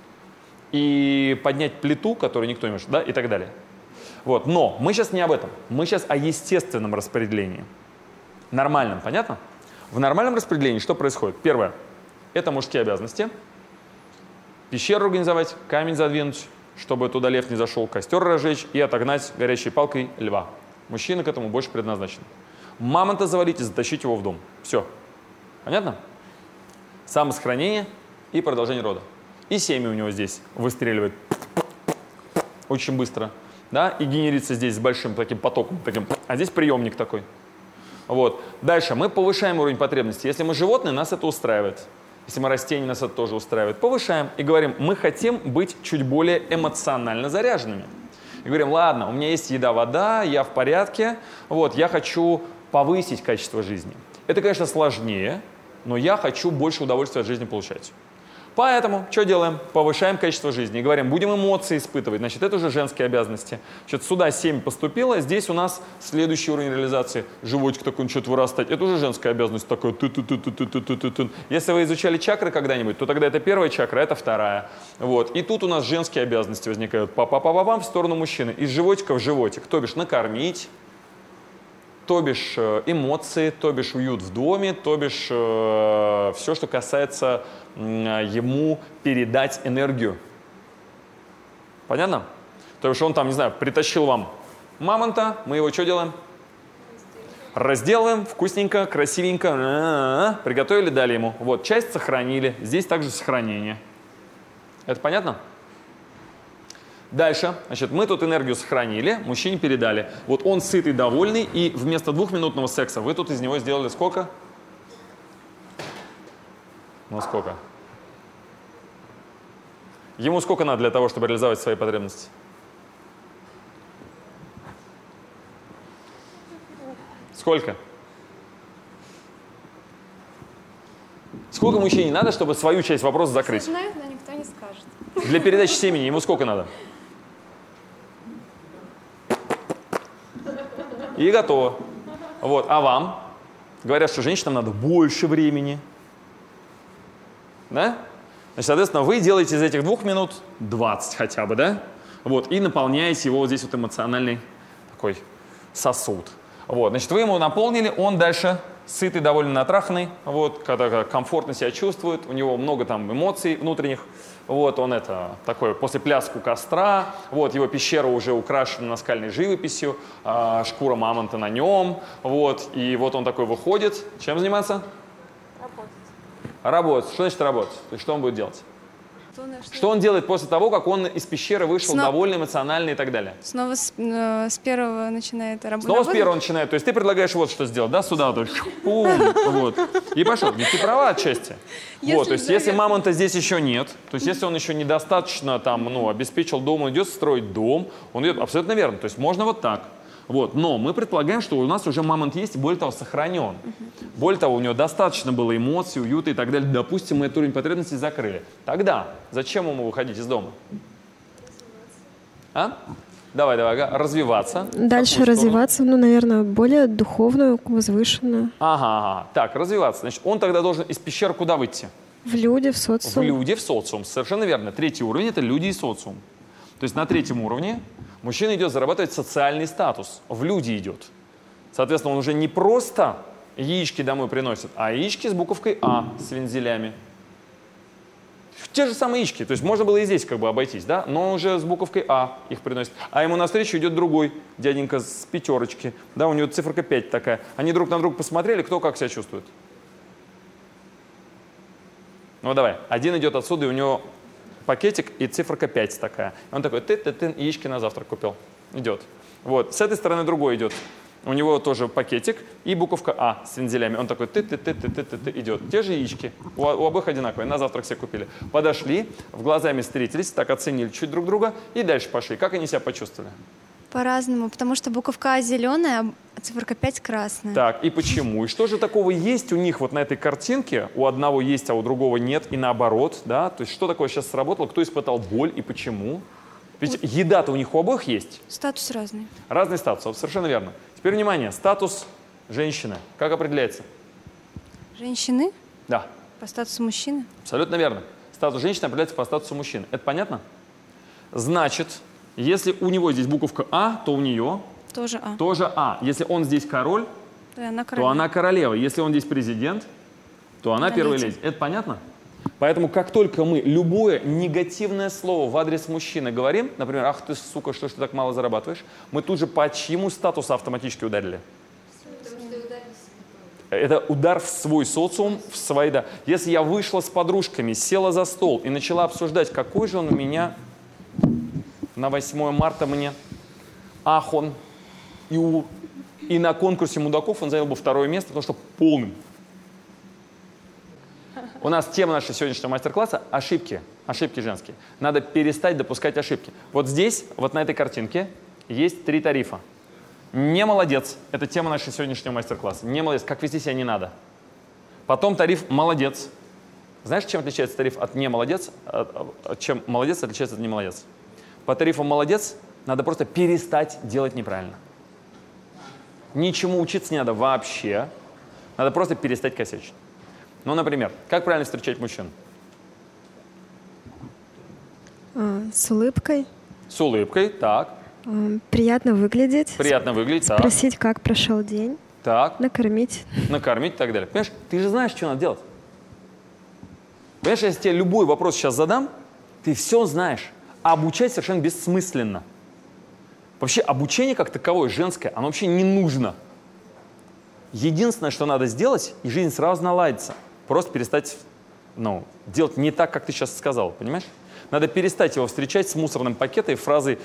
и поднять плиту, которую никто не может, да, и так далее. Вот. Но мы сейчас не об этом, мы сейчас о естественном распределении. Нормальном, понятно? В нормальном распределении что происходит? Первое – это мужские обязанности. Пещеру организовать, камень задвинуть, чтобы туда лев не зашел, костер разжечь и отогнать горячей палкой льва. Мужчина к этому больше предназначен. Мамонта завалить и затащить его в дом. Все. Понятно? Самосохранение и продолжение рода. И семя у него здесь выстреливает очень быстро. Да? И генерится здесь с большим таким потоком. Таким. А здесь приемник такой. Вот. Дальше мы повышаем уровень потребностей. Если мы животные, нас это устраивает. Если мы растения, нас это тоже устраивает. Повышаем и говорим, мы хотим быть чуть более эмоционально заряженными. И говорим, ладно, у меня есть еда, вода, я в порядке, вот, я хочу повысить качество жизни. Это, конечно, сложнее, но я хочу больше удовольствия от жизни получать. Поэтому что делаем? Повышаем качество жизни. И говорим, будем эмоции испытывать. Значит, это уже женские обязанности. Значит, сюда семь поступило, здесь у нас следующий уровень реализации. Животик такой начнет вырастать. Это уже женская обязанность. Такой ты -ты -ты -ты -ты -ты -ты -ты. Если вы изучали чакры когда-нибудь, то тогда это первая чакра, это вторая. Вот. И тут у нас женские обязанности возникают. Па-па-па-па-пам в сторону мужчины. Из животика в животик. То бишь накормить, то бишь эмоции, то бишь уют в доме, то бишь э, все, что касается э, ему передать энергию. Понятно? То бишь он там, не знаю, притащил вам мамонта, мы его что делаем? Разделаем, вкусненько, красивенько, а-а-а, приготовили, дали ему. Вот, часть сохранили, здесь также сохранение. Это понятно? Дальше, значит, мы тут энергию сохранили, мужчине передали. Вот он сытый, довольный, и вместо двухминутного секса вы тут из него сделали сколько? Ну, сколько? Ему сколько надо для того, чтобы реализовать свои потребности? Сколько? Сколько мужчине надо, чтобы свою часть вопроса закрыть? Знает, но никто не не скажет. Для передачи семени ему сколько надо? И готово. Вот. А вам? Говорят, что женщинам надо больше времени. Да? Значит, соответственно, вы делаете из этих двух минут двадцать хотя бы, да? Вот. И наполняете его вот здесь вот эмоциональный такой сосуд. Вот. Значит, вы ему наполнили, он дальше сытый, довольно натраханный, вот, когда комфортно себя чувствует, у него много там эмоций внутренних. Вот он это такой после пляску костра, вот его пещера уже украшена наскальной живописью, э, шкура мамонта на нем, вот, и вот он такой выходит. Чем заниматься? Работать. Работать. Что значит работать? То есть что он будет делать? Что, что... что он делает после того, как он из пещеры вышел Снова... довольно эмоциональный и так далее? Снова с, э, с первого начинает работать. Снова с первого начинает. То есть ты предлагаешь вот что сделать, да, сюда вот, пум, вот, и пошел. Ведь ты права отчасти. Если, вот, то есть да, если я... мамонта здесь еще нет, то есть если он еще недостаточно там, ну, обеспечил дом, он идет строить дом, он идет абсолютно верно. То есть можно вот так. Вот. Но мы предполагаем, что у нас уже мамонт есть, и более того, сохранен. Uh-huh. Более того, у него достаточно было эмоций, уюта и так далее. Допустим, мы этот уровень потребностей закрыли. Тогда зачем ему выходить из дома? А? Давай, давай, развиваться. Дальше развиваться, ну, наверное, более духовную, возвышенную. Ага, ага. Так, развиваться. Значит, он тогда должен из пещеры куда выйти? В люди, в социум. В люди, в социум. Совершенно верно. Третий уровень – это люди и социум. То есть на третьем уровне мужчина идет зарабатывать социальный статус. В люди идет. Соответственно, он уже не просто яички домой приносит, а яички с буковкой А, с вензелями. Те же самые яички. То есть можно было и здесь как бы обойтись, да? Но он уже с буковкой А их приносит. А ему навстречу идет другой дяденька с пятерочки. Да, у него циферка пять такая. Они друг на друга посмотрели, кто как себя чувствует. Ну давай. Один идет отсюда, и у него пакетик и циферка пять такая. Он такой, ты-ты-ты, яички на завтрак купил. Идет. Вот. С этой стороны другой идет. У него тоже пакетик и буковка А с вензелями. Он такой, ты-ты-ты-ты-ты-ты идет. Те же яички. У, у обоих одинаковые. На завтрак все купили. Подошли, в глазами встретились, так оценили чуть друг друга и дальше пошли. Как они себя почувствовали? По-разному, потому что буковка А зеленая, а циферка пять красная. Так, и почему? И что же такого есть у них вот на этой картинке? У одного есть, а у другого нет, и наоборот, да? То есть что такое сейчас сработало? Кто испытал боль и почему? Ведь вот. Еда-то у них у обоих есть. Статус разный. Разный статус, совершенно верно. Теперь внимание, статус женщины. Как определяется? Женщины? Да. По статусу мужчины? Абсолютно верно. Статус женщины определяется по статусу мужчины. Это понятно? Значит, если у него здесь буковка А, то у нее тоже А. Тоже А. Если он здесь король, то она королева. То она королева. Если он здесь президент, то она первая леди. Это понятно? Поэтому как только мы любое негативное слово в адрес мужчины говорим, например, ах ты, сука, что ж ты так мало зарабатываешь, мы тут же по чьему статусу автоматически ударили? Это удар в свой социум, в свои, да. Если я вышла с подружками, села за стол и начала обсуждать, какой же он у меня на восьмое марта мне, ах он, и, у, и на конкурсе мудаков он занял бы второе место, потому что полным. У нас тема нашего сегодняшнего мастер-класса – ошибки. Ошибки женские. Надо перестать допускать ошибки. Вот здесь, вот на этой картинке, есть три тарифа. Не молодец – это тема нашего сегодняшнего мастер-класса. Не молодец, как вести себя не надо. Потом тариф молодец. Знаешь, чем отличается тариф от не молодец? Чем молодец отличается от не молодец? По тарифу молодец надо просто перестать делать неправильно. Ничему учиться не надо вообще. Надо просто перестать косячить. Ну, например, как правильно встречать мужчин? А, с улыбкой. С улыбкой, так. А, приятно выглядеть. Приятно выглядеть, так. Спросить, как прошел день. Так. Накормить. Накормить и так далее. Понимаешь, ты же знаешь, что надо делать. Понимаешь, если тебе любой вопрос сейчас задам, ты все знаешь. А обучать совершенно бессмысленно. Вообще обучение как таковое, женское, оно вообще не нужно. Единственное, что надо сделать, и жизнь сразу наладится. Просто перестать, ну, делать не так, как ты сейчас сказал, понимаешь? Надо перестать его встречать с мусорным пакетом и фразой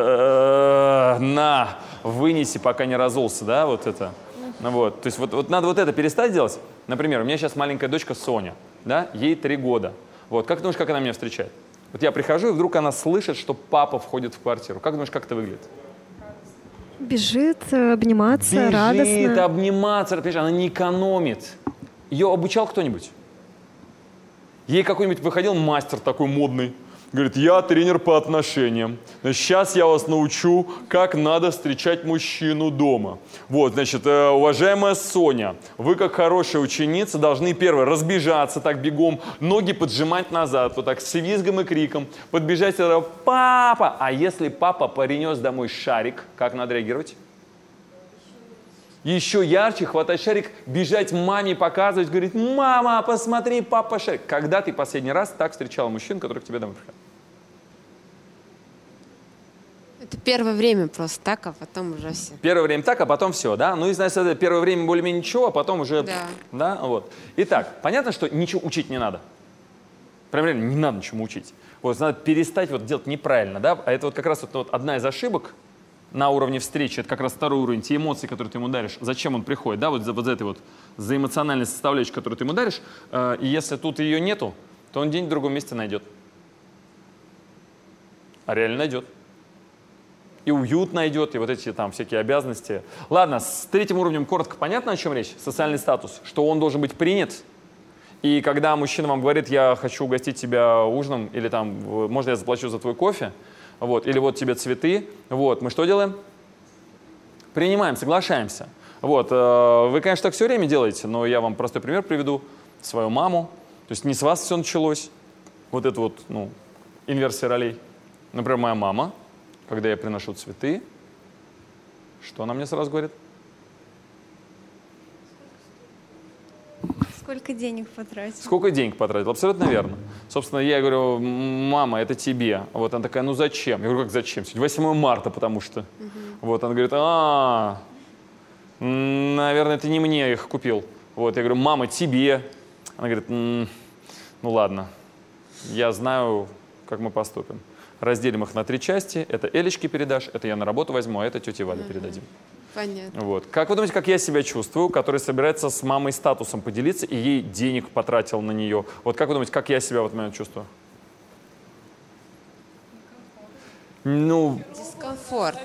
«на, вынеси, пока не разулся», да, вот это. Вот. То есть вот, вот надо вот это перестать делать. Например, у меня сейчас маленькая дочка Соня, да, ей три года. Вот. Как ты думаешь, как она меня встречает? Вот я прихожу, и вдруг она слышит, что папа входит в квартиру. Как думаешь, как это выглядит? Бежит, обниматься, Бежит, радостно. Бежит, обниматься, она не экономит. Ее обучал кто-нибудь? Ей какой-нибудь выходил мастер такой модный, говорит, я тренер по отношениям. Сейчас я вас научу, как надо встречать мужчину дома. Вот, значит, уважаемая Соня, вы как хорошая ученица должны, первое, разбежаться так бегом, ноги поджимать назад, вот так с визгом и криком, подбежать, папа. А если папа принес домой шарик, как надо реагировать? Еще ярче хватать шарик, бежать маме, показывать, говорить, мама, посмотри, папа шарик. Когда ты последний раз так встречал мужчин, который к тебе домой приходил? Это первое время просто так, а потом уже все. Первое время так, а потом все, да? Ну, и, значит, это первое время более-менее ничего, а потом уже... Да. Да, вот. Итак, понятно, что ничего учить не надо. Прям реально не надо ничему учить. Вот, надо перестать вот делать неправильно, да? А это вот как раз вот, вот одна из ошибок на уровне встречи, это как раз второй уровень, те эмоции, которые ты ему даришь, зачем он приходит, да, вот за, вот за этой вот, за эмоциональной составляющей, которую ты ему даришь, э, и если тут ее нету, то он день в другом месте найдет. А реально найдет. И уют найдет, и вот эти там всякие обязанности. Ладно, с третьим уровнем коротко понятно, о чем речь? Социальный статус, что он должен быть принят. И когда мужчина вам говорит, я хочу угостить тебя ужином, или там, можно я заплачу за твой кофе, вот, или вот тебе цветы, вот, мы что делаем? Принимаем, соглашаемся. Вот, э, вы, конечно, так все время делаете, но я вам простой пример приведу. Свою маму. То есть не с вас все началось. Вот это вот, ну, инверсия ролей. Например, моя мама, когда я приношу цветы, что она мне сразу говорит? Сколько денег потратил? Сколько денег потратил? Абсолютно верно. Собственно, я говорю, мама, это тебе. Вот она такая, ну зачем? Я говорю, как зачем? восьмое марта, потому что. Угу. Вот она говорит, а, наверное, ты не мне их купил. Вот я говорю, мама, тебе. Она говорит, ну ладно, я знаю, как мы поступим. Разделим их на три части. Это Элечке передашь, это я на работу возьму, а это тете Вале угу. передадим. Понятно. Вот. Как вы думаете, как я себя чувствую, который собирается с мамой статусом поделиться и ей денег потратил на нее? Вот как вы думаете, как я себя в этот момент чувствую? Ну... Дискомфорт.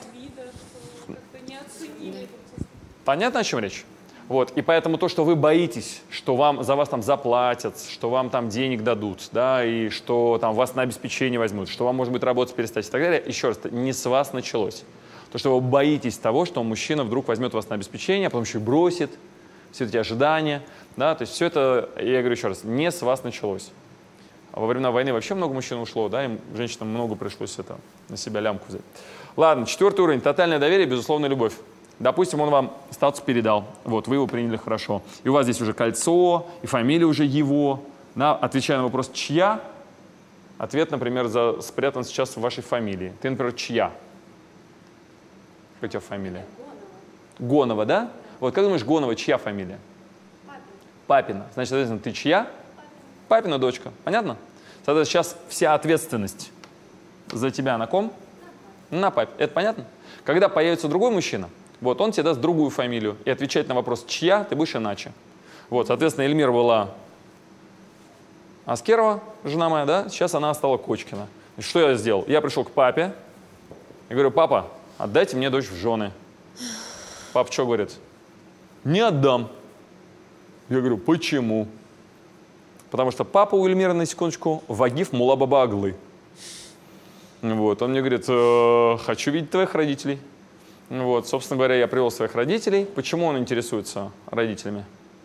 Понятно, о чем речь? Вот. И поэтому то, что вы боитесь, что вам, за вас там заплатят, что вам там денег дадут, да, и что там вас на обеспечение возьмут, что вам, может быть, работать перестать и так далее, еще раз, не с вас началось. То, что вы боитесь того, что мужчина вдруг возьмет вас на обеспечение, а потом еще и бросит, все эти ожидания. Да? То есть все это, я говорю еще раз, не с вас началось. А во времена войны вообще много мужчин ушло, да, им женщинам много пришлось это, на себя лямку взять. Ладно, четвертый уровень. Тотальное доверие, безусловная любовь. Допустим, он вам статус передал, вот, вы его приняли хорошо. И у вас здесь уже кольцо, и фамилия уже его. Да? Отвечая на вопрос «чья?», ответ, например, за, спрятан сейчас в вашей фамилии. Ты, например, «чья?». Какая у тебя фамилия? Гонова. Гонова, да? Вот как думаешь, Гонова чья фамилия? Папина. Папина. Значит, соответственно, ты чья? Папина. Папина дочка. Понятно? Соответственно, сейчас вся ответственность за тебя на ком? На папе. Это понятно? Когда появится другой мужчина, вот он тебе даст другую фамилию, и отвечать на вопрос «чья?» ты будешь иначе. Вот, соответственно, Эльмира была Аскерова, жена моя, да? Сейчас она стала Кочкина. И что я сделал? Я пришел к папе и говорю, папа, отдайте мне дочь в жены. Папа что говорит? Не отдам. Я говорю, почему? Потому что папа у Эльмиры, на секундочку, вагиф мула баба аглы. Вот, он мне говорит, э, хочу видеть твоих родителей. Вот, собственно говоря, я привел своих родителей. Почему он интересуется родителями?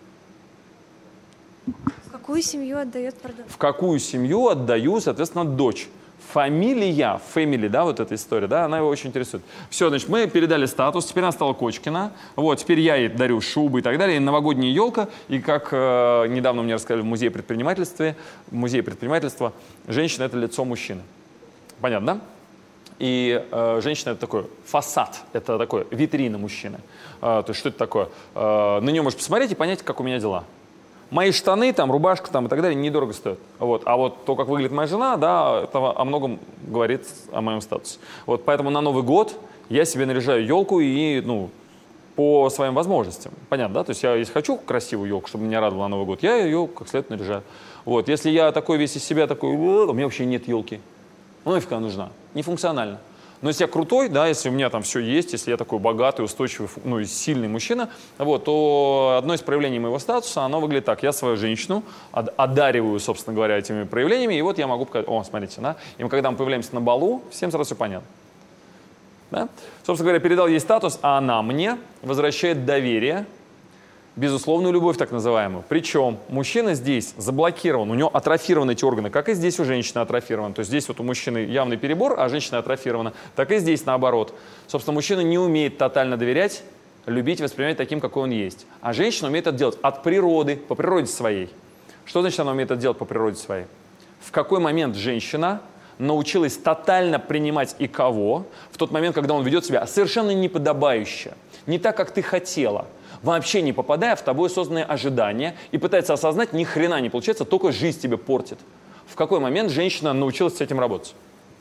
В какую семью отдает, пардон? В какую семью отдаю, соответственно, дочь. Фамилия, family, да, вот эта история, да, она его очень интересует. Все, значит, мы передали статус, теперь она стала Кочкина, вот, теперь я ей дарю шубы и так далее, и новогодняя елка, и как э, недавно мне рассказали в музее предпринимательства, в музее предпринимательства, женщина — это лицо мужчины. Понятно, да? И э, женщина — это такой фасад, это такой витрина мужчины. Э, то есть что это такое? Э, на нее можно посмотреть и понять, как у меня дела. Мои штаны, там, рубашка там, и так далее недорого стоят. Вот. А вот то, как выглядит моя жена, да, это о многом говорит о моем статусе. Вот. Поэтому на Новый год я себе наряжаю елку и, ну, по своим возможностям. Понятно, да? То есть я, если хочу красивую елку, чтобы меня радовала на Новый год, я ее как следует наряжаю. Вот. Если я такой весь из себя, такой, у меня вообще нет елки. Ну, нафиг она нужна. Нефункционально. Но если я крутой, да, если у меня там все есть, если я такой богатый, устойчивый, ну и сильный мужчина, вот, то одно из проявлений моего статуса, оно выглядит так. Я свою женщину одариваю, собственно говоря, этими проявлениями, и вот я могу показать, о, смотрите, да, и когда мы появляемся на балу, всем сразу все понятно. Да? Собственно говоря, передал ей статус, а она мне возвращает доверие, безусловную любовь так называемую. Причем мужчина здесь заблокирован, у него атрофированы эти органы, как и здесь у женщины атрофированы. То есть здесь вот у мужчины явный перебор, а женщина атрофирована, так и здесь наоборот. Собственно, мужчина не умеет тотально доверять, любить, воспринимать таким, какой он есть. А женщина умеет это делать от природы, по природе своей. Что значит она умеет это делать по природе своей? В какой момент женщина научилась тотально принимать и кого в тот момент, когда он ведет себя совершенно неподобающе, не так, как ты хотела, вообще не попадая в тобой созданные ожидания и пытается осознать, ни хрена не получается, только жизнь тебе портит. В какой момент женщина научилась с этим работать?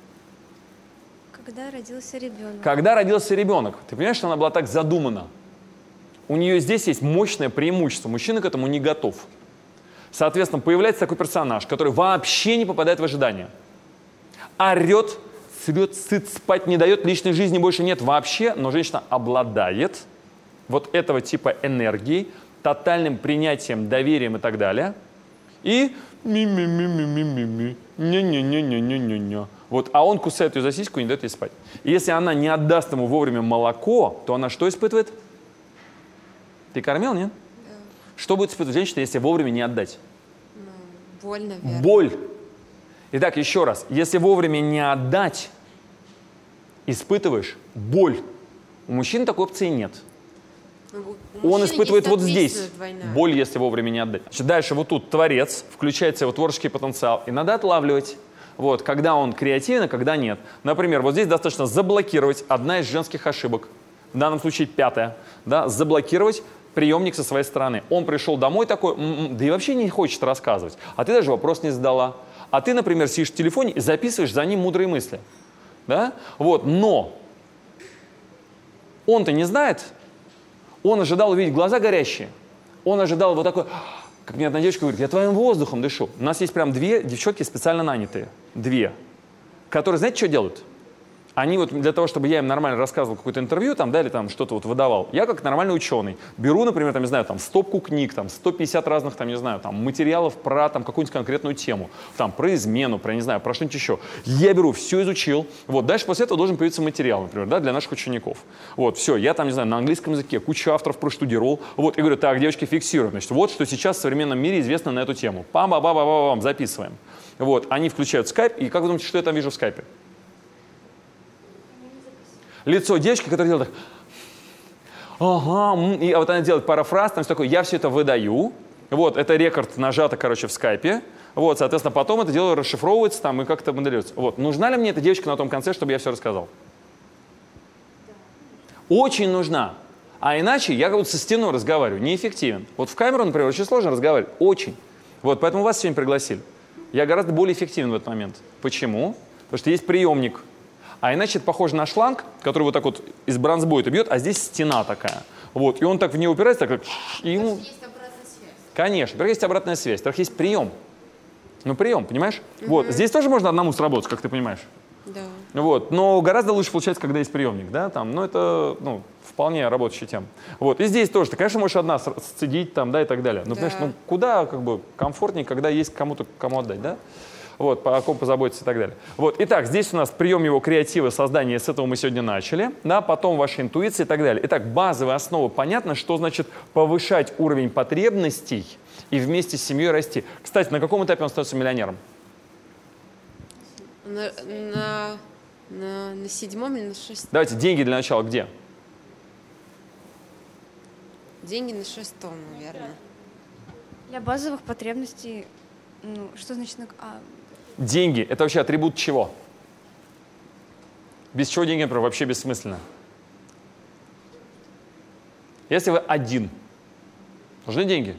Когда родился ребенок. Когда родился ребенок. Ты понимаешь, что она была так задумана? У нее здесь есть мощное преимущество. Мужчина к этому не готов. Соответственно, появляется такой персонаж, который вообще не попадает в ожидания. Орет, срет, сыт, спать не дает, личной жизни больше нет вообще, но женщина обладает вот этого типа энергии, тотальным принятием, доверием и так далее. И ми-ми-ми-ми-ми-ми, не-не-не-не-не-не-не. Вот, а он кусает ее за сиську и не дает ей спать. И если она не отдаст ему вовремя молоко, то она что испытывает? Ты кормил, нет? Да. Что будет испытывать женщина, если вовремя не отдать? Ну, боль, наверное. Боль. Итак, еще раз. Если вовремя не отдать, испытываешь боль. У мужчин такой опции нет. Он испытывает вот здесь боль, если вовремя не отдать. Значит, дальше вот тут творец, включается его творческий потенциал, и надо отлавливать, вот, когда он креативен, а когда нет. Например, вот здесь достаточно заблокировать одна из женских ошибок, в данном случае пятая, да, заблокировать приемник со своей стороны. Он пришел домой такой, м-м, да и вообще не хочет рассказывать, а ты даже вопрос не задала. А ты, например, сидишь в телефоне и записываешь за ним мудрые мысли. Да? Вот, но он-то не знает. Он ожидал увидеть глаза горящие. Он ожидал вот такой, как мне одна девочка говорит, я твоим воздухом дышу. У нас есть прям две девчонки специально нанятые. Две. Которые, знаете, что делают? Они вот для того, чтобы я им нормально рассказывал какое-то интервью, там, да, или там что-то вот выдавал, я как нормальный ученый беру, например, там, не знаю, там, стопку книг, там, сто пятьдесят разных, там, не знаю, там, материалов про, там, какую-нибудь конкретную тему, там, про измену, про, не знаю, про что-нибудь еще. Я беру, все изучил, вот, дальше после этого должен появиться материал, например, да, для наших учеников. Вот, все, я там, не знаю, на английском языке, кучу авторов проштудировал, вот, и говорю, так, девочки, фиксируем, значит, вот, что сейчас в современном мире известно на эту тему. Пам-ба-ба-ба-ба-бам, записываем. Вот, они включают скайп, и как вы думаете, что я там вижу в скайпе? Лицо девочки, которая делает так, ага, и вот она делает пару фраз, там все такое, я все это выдаю, вот, это рекорд нажато, короче, в скайпе, вот, соответственно, потом это дело расшифровывается там и как-то моделируется. Вот, нужна ли мне эта девочка на том конце, чтобы я все рассказал? Очень нужна, а иначе я как будто со стеной разговариваю, неэффективен. Вот в камеру, например, очень сложно разговаривать, очень. Вот, поэтому вас сегодня пригласили. Я гораздо более эффективен в этот момент. Почему? Потому что есть приемник. А иначе это похоже на шланг, который вот так вот из бронзбойта бьет, а здесь стена такая. Вот, и он так в нее упирается, так, и ему... Есть обратная связь. Конечно, во-первых, есть обратная связь, во-вторых, есть прием. Ну, прием, понимаешь? Угу. Вот, здесь тоже можно одному сработать, как ты понимаешь. Да. Вот, но гораздо лучше получается, когда есть приемник, да, там, ну, это, ну, вполне рабочая тема. Вот, и здесь тоже, ты, конечно, можешь одна сцедить, там, да, и так далее. Но, да. Понимаешь, ну, куда, как бы, комфортнее, когда есть кому-то, кому отдать, да? Вот, о ком позаботиться и так далее. Вот, итак, здесь у нас прием его креатива, создание, с этого мы сегодня начали, да, потом ваша интуиция и так далее. Итак, базовая основа, понятно, что значит повышать уровень потребностей и вместе с семьей расти. Кстати, на каком этапе он становится миллионером? На, на, на, на седьмом или на шестом? Давайте, деньги для начала где? Деньги на шестом, наверное. Для базовых потребностей, ну, что значит... А... Деньги – это вообще атрибут чего? Без чего деньги, например, вообще бессмысленно? Если вы один, нужны деньги?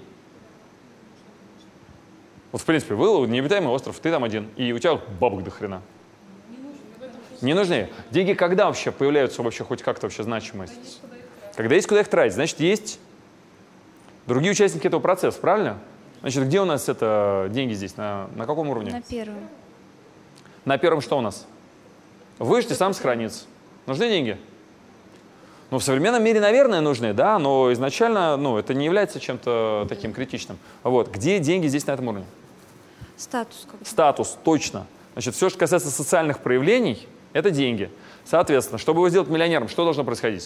Вот, в принципе, вы необитаемый остров, ты там один, и у тебя бабок до хрена. Не нужны. Деньги когда вообще появляются вообще хоть как-то вообще значимость? Когда есть куда их тратить, значит, есть другие участники этого процесса, правильно? Значит, где у нас это деньги здесь? На, на каком уровне? На первом. На первом что у нас? Выжить и сам сохраниться. Нужны деньги? Ну, в современном мире, наверное, нужны, да, но изначально, ну, это не является чем-то таким критичным. Вот. Где деньги здесь на этом уровне? Статус. Как-то. Статус, точно. Значит, все, что касается социальных проявлений, это деньги. Соответственно, чтобы его сделать миллионером, что должно происходить?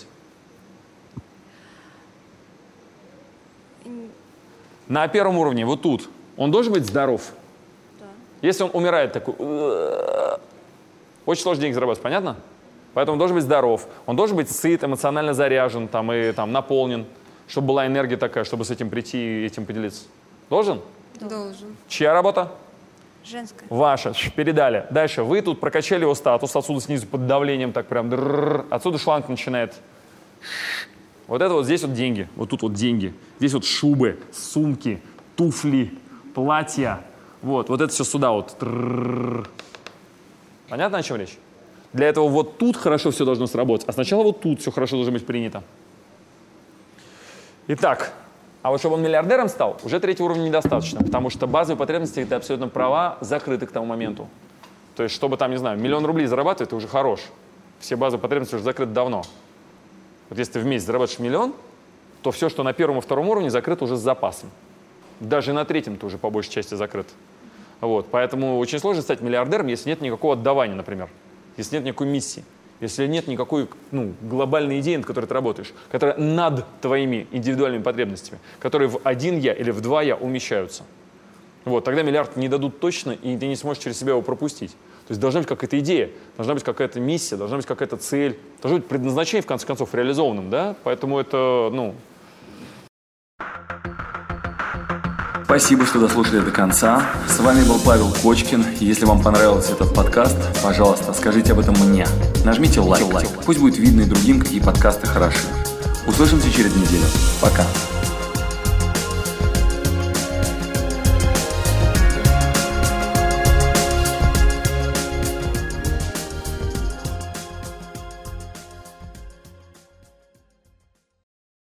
На первом уровне, вот тут, он должен быть здоров. Да. Если он умирает такой, очень сложно деньги заработать, понятно? Поэтому он должен быть здоров, он должен быть сыт, эмоционально заряжен там, и там, наполнен, чтобы была энергия такая, чтобы с этим прийти и этим поделиться. Должен? Должен. Чья работа? Женская. Ваша. Передали. Дальше. Вы тут прокачали его статус, отсюда снизу под давлением так прям. Дрррр, отсюда шланг начинает. Вот это вот здесь вот деньги. Вот тут вот деньги. Здесь вот шубы, сумки, туфли, платья. Вот, вот это все сюда вот. Дрррр. Понятно, о чем речь? Для этого вот тут хорошо все должно сработать, а сначала вот тут все хорошо должно быть принято. Итак, а вот чтобы он миллиардером стал, уже третьего уровня недостаточно, потому что базовые потребности, это абсолютно права, закрыты к тому моменту. То есть, чтобы там, не знаю, миллион рублей зарабатывать, ты уже хорош. Все базовые потребности уже закрыты давно. Вот если ты в месяц зарабатываешь миллион, то все, что на первом и втором уровне, закрыто уже с запасом. Даже на третьем ты уже по большей части закрыт. Вот, поэтому очень сложно стать миллиардером, если нет никакого отдавания, например. Если нет никакой миссии, если нет никакой ну, глобальной идеи, над которой ты работаешь, которая над твоими индивидуальными потребностями, которые в один я или в два я умещаются. Вот, тогда миллиард не дадут точно, и ты не сможешь через себя его пропустить. То есть должна быть какая-то идея, должна быть какая-то миссия, должна быть какая-то цель, должно быть предназначение, в конце концов, реализованным, да? Поэтому это, ну... Спасибо, что дослушали до конца. С вами был Павел Кочкин. Если вам понравился этот подкаст, пожалуйста, скажите об этом мне. Нажмите лайк. Пусть будет видно и другим, какие подкасты хороши. Услышимся через неделю. Пока.